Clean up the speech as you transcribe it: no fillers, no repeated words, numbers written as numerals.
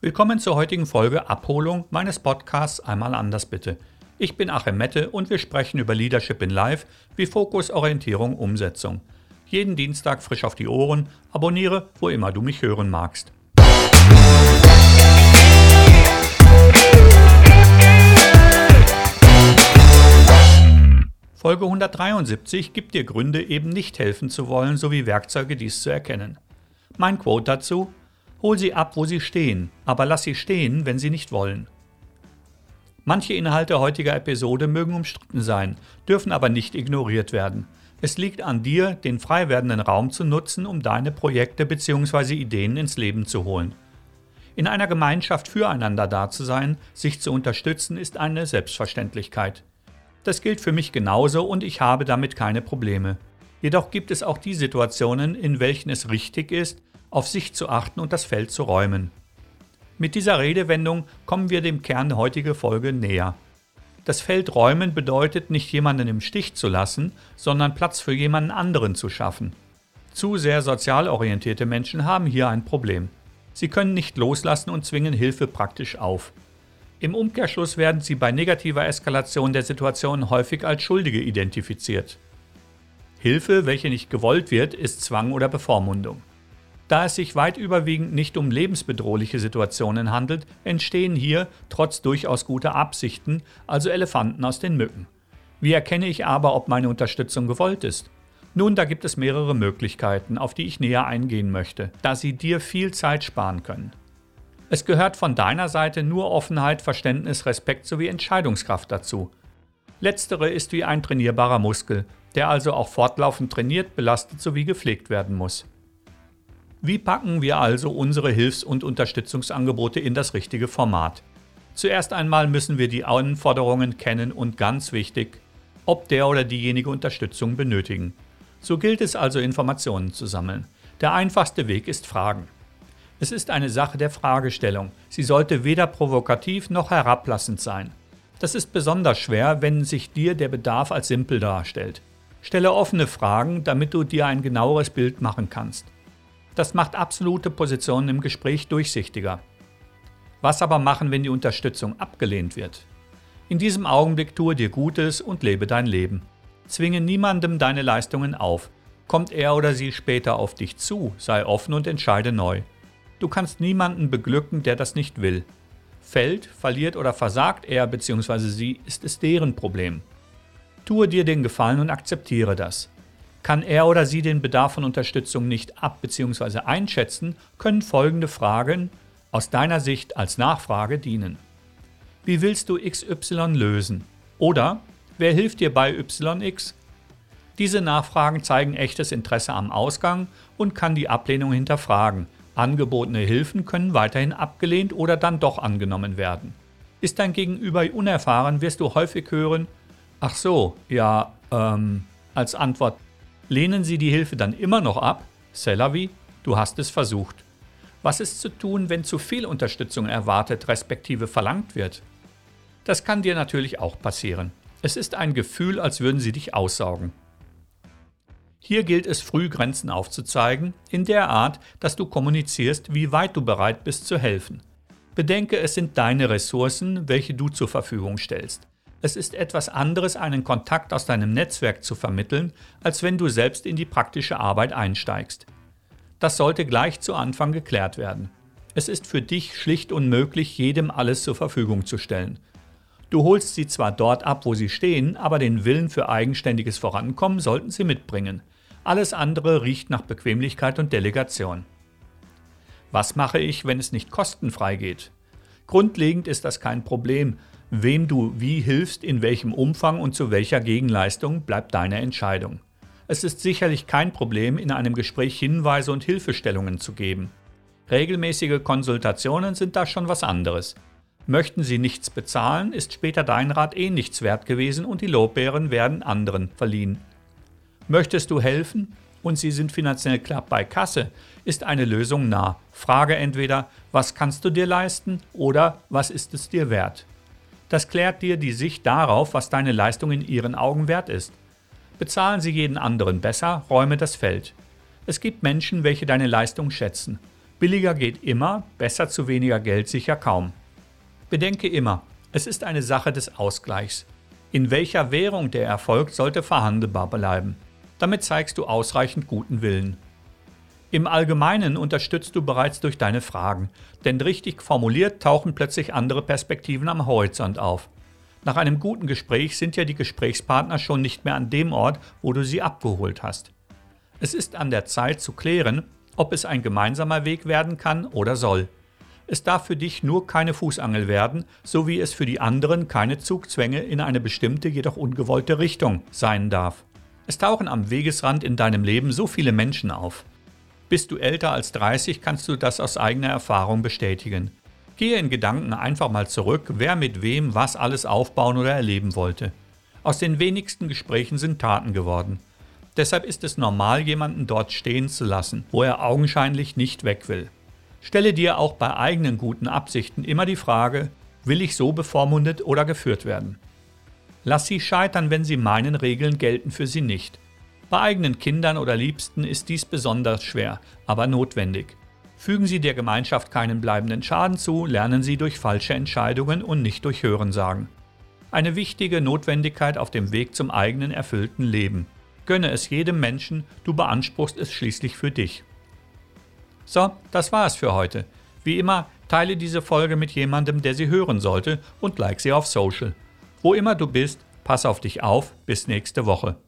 Willkommen zur heutigen Folge Abholung meines Podcasts Einmal anders bitte. Ich bin Achim Mette und wir sprechen über Leadership in Life wie Fokus, Orientierung, Umsetzung. Jeden Dienstag frisch auf die Ohren, abonniere, wo immer du mich hören magst. Folge 173 gibt dir Gründe, eben nicht helfen zu wollen, sowie Werkzeuge, dies zu erkennen. Mein Quote dazu: Hol sie ab, wo sie stehen, aber lass sie stehen, wenn sie nicht wollen. Manche Inhalte heutiger Episode mögen umstritten sein, dürfen aber nicht ignoriert werden. Es liegt an dir, den frei werdenden Raum zu nutzen, um deine Projekte bzw. Ideen ins Leben zu holen. In einer Gemeinschaft füreinander da zu sein, sich zu unterstützen, ist eine Selbstverständlichkeit. Das gilt für mich genauso und ich habe damit keine Probleme. Jedoch gibt es auch die Situationen, in welchen es richtig ist, auf sich zu achten und das Feld zu räumen. Mit dieser Redewendung kommen wir dem Kern der heutigen Folge näher. Das Feld räumen bedeutet, nicht jemanden im Stich zu lassen, sondern Platz für jemanden anderen zu schaffen. Zu sehr sozial orientierte Menschen haben hier ein Problem. Sie können nicht loslassen und zwingen Hilfe praktisch auf. Im Umkehrschluss werden sie bei negativer Eskalation der Situation häufig als Schuldige identifiziert. Hilfe, welche nicht gewollt wird, ist Zwang oder Bevormundung. Da es sich weit überwiegend nicht um lebensbedrohliche Situationen handelt, entstehen hier, trotz durchaus guter Absichten, also Elefanten aus den Mücken. Wie erkenne ich aber, ob meine Unterstützung gewollt ist? Nun, da gibt es mehrere Möglichkeiten, auf die ich näher eingehen möchte, da sie dir viel Zeit sparen können. Es gehört von deiner Seite nur Offenheit, Verständnis, Respekt sowie Entscheidungskraft dazu. Letztere ist wie ein trainierbarer Muskel, der also auch fortlaufend trainiert, belastet sowie gepflegt werden muss. Wie packen wir also unsere Hilfs- und Unterstützungsangebote in das richtige Format? Zuerst einmal müssen wir die Anforderungen kennen und ganz wichtig, ob der oder diejenige Unterstützung benötigen. So gilt es also, Informationen zu sammeln. Der einfachste Weg ist Fragen. Es ist eine Sache der Fragestellung. Sie sollte weder provokativ noch herablassend sein. Das ist besonders schwer, wenn sich dir der Bedarf als simpel darstellt. Stelle offene Fragen, damit du dir ein genaueres Bild machen kannst. Das macht absolute Positionen im Gespräch durchsichtiger. Was aber machen, wenn die Unterstützung abgelehnt wird? In diesem Augenblick tue dir Gutes und lebe dein Leben. Zwinge niemandem deine Leistungen auf. Kommt er oder sie später auf dich zu, sei offen und entscheide neu. Du kannst niemanden beglücken, der das nicht will. Fällt, verliert oder versagt er bzw. sie, ist es deren Problem. Tue dir den Gefallen und akzeptiere das. Kann er oder sie den Bedarf von Unterstützung nicht ab- bzw. einschätzen, können folgende Fragen aus deiner Sicht als Nachfrage dienen. Wie willst du XY lösen? Oder wer hilft dir bei YX? Diese Nachfragen zeigen echtes Interesse am Ausgang und kann die Ablehnung hinterfragen. Angebotene Hilfen können weiterhin abgelehnt oder dann doch angenommen werden. Ist dein Gegenüber unerfahren, wirst du häufig hören: Ach so, ja, als Antwort: Lehnen Sie die Hilfe dann immer noch ab? C'est la vie, du hast es versucht. Was ist zu tun, wenn zu viel Unterstützung erwartet respektive verlangt wird? Das kann dir natürlich auch passieren. Es ist ein Gefühl, als würden sie dich aussaugen. Hier gilt es, früh Grenzen aufzuzeigen, in der Art, dass du kommunizierst, wie weit du bereit bist zu helfen. Bedenke, es sind deine Ressourcen, welche du zur Verfügung stellst. Es ist etwas anderes, einen Kontakt aus deinem Netzwerk zu vermitteln, als wenn du selbst in die praktische Arbeit einsteigst. Das sollte gleich zu Anfang geklärt werden. Es ist für dich schlicht unmöglich, jedem alles zur Verfügung zu stellen. Du holst sie zwar dort ab, wo sie stehen, aber den Willen für eigenständiges Vorankommen sollten sie mitbringen. Alles andere riecht nach Bequemlichkeit und Delegation. Was mache ich, wenn es nicht kostenfrei geht? Grundlegend ist das kein Problem. Wem du wie hilfst, in welchem Umfang und zu welcher Gegenleistung, bleibt deine Entscheidung. Es ist sicherlich kein Problem, in einem Gespräch Hinweise und Hilfestellungen zu geben. Regelmäßige Konsultationen sind da schon was anderes. Möchten sie nichts bezahlen, ist später dein Rat nichts wert gewesen und die Lobbeeren werden anderen verliehen. Möchtest du helfen und sie sind finanziell knapp bei Kasse, ist eine Lösung nah. Frage entweder: Was kannst du dir leisten oder was ist es dir wert? Das klärt dir die Sicht darauf, was deine Leistung in ihren Augen wert ist. Bezahlen sie jeden anderen besser, räume das Feld. Es gibt Menschen, welche deine Leistung schätzen. Billiger geht immer, besser zu weniger Geld sicher kaum. Bedenke immer, es ist eine Sache des Ausgleichs. In welcher Währung der erfolgt, sollte verhandelbar bleiben. Damit zeigst du ausreichend guten Willen. Im Allgemeinen unterstützt du bereits durch deine Fragen, denn richtig formuliert tauchen plötzlich andere Perspektiven am Horizont auf. Nach einem guten Gespräch sind ja die Gesprächspartner schon nicht mehr an dem Ort, wo du sie abgeholt hast. Es ist an der Zeit zu klären, ob es ein gemeinsamer Weg werden kann oder soll. Es darf für dich nur keine Fußangel werden, so wie es für die anderen keine Zugzwänge in eine bestimmte, jedoch ungewollte Richtung sein darf. Es tauchen am Wegesrand in deinem Leben so viele Menschen auf. Bist du älter als 30, kannst du das aus eigener Erfahrung bestätigen. Gehe in Gedanken einfach mal zurück, wer mit wem was alles aufbauen oder erleben wollte. Aus den wenigsten Gesprächen sind Taten geworden. Deshalb ist es normal, jemanden dort stehen zu lassen, wo er augenscheinlich nicht weg will. Stelle dir auch bei eigenen guten Absichten immer die Frage, will ich so bevormundet oder geführt werden? Lass sie scheitern, wenn sie meinen, Regeln gelten für sie nicht. Bei eigenen Kindern oder Liebsten ist dies besonders schwer, aber notwendig. Fügen sie der Gemeinschaft keinen bleibenden Schaden zu, lernen sie durch falsche Entscheidungen und nicht durch Hörensagen. Eine wichtige Notwendigkeit auf dem Weg zum eigenen erfüllten Leben. Gönne es jedem Menschen, du beanspruchst es schließlich für dich. So, das war es für heute. Wie immer, teile diese Folge mit jemandem, der sie hören sollte und like sie auf Social. Wo immer du bist, pass auf dich auf, bis nächste Woche.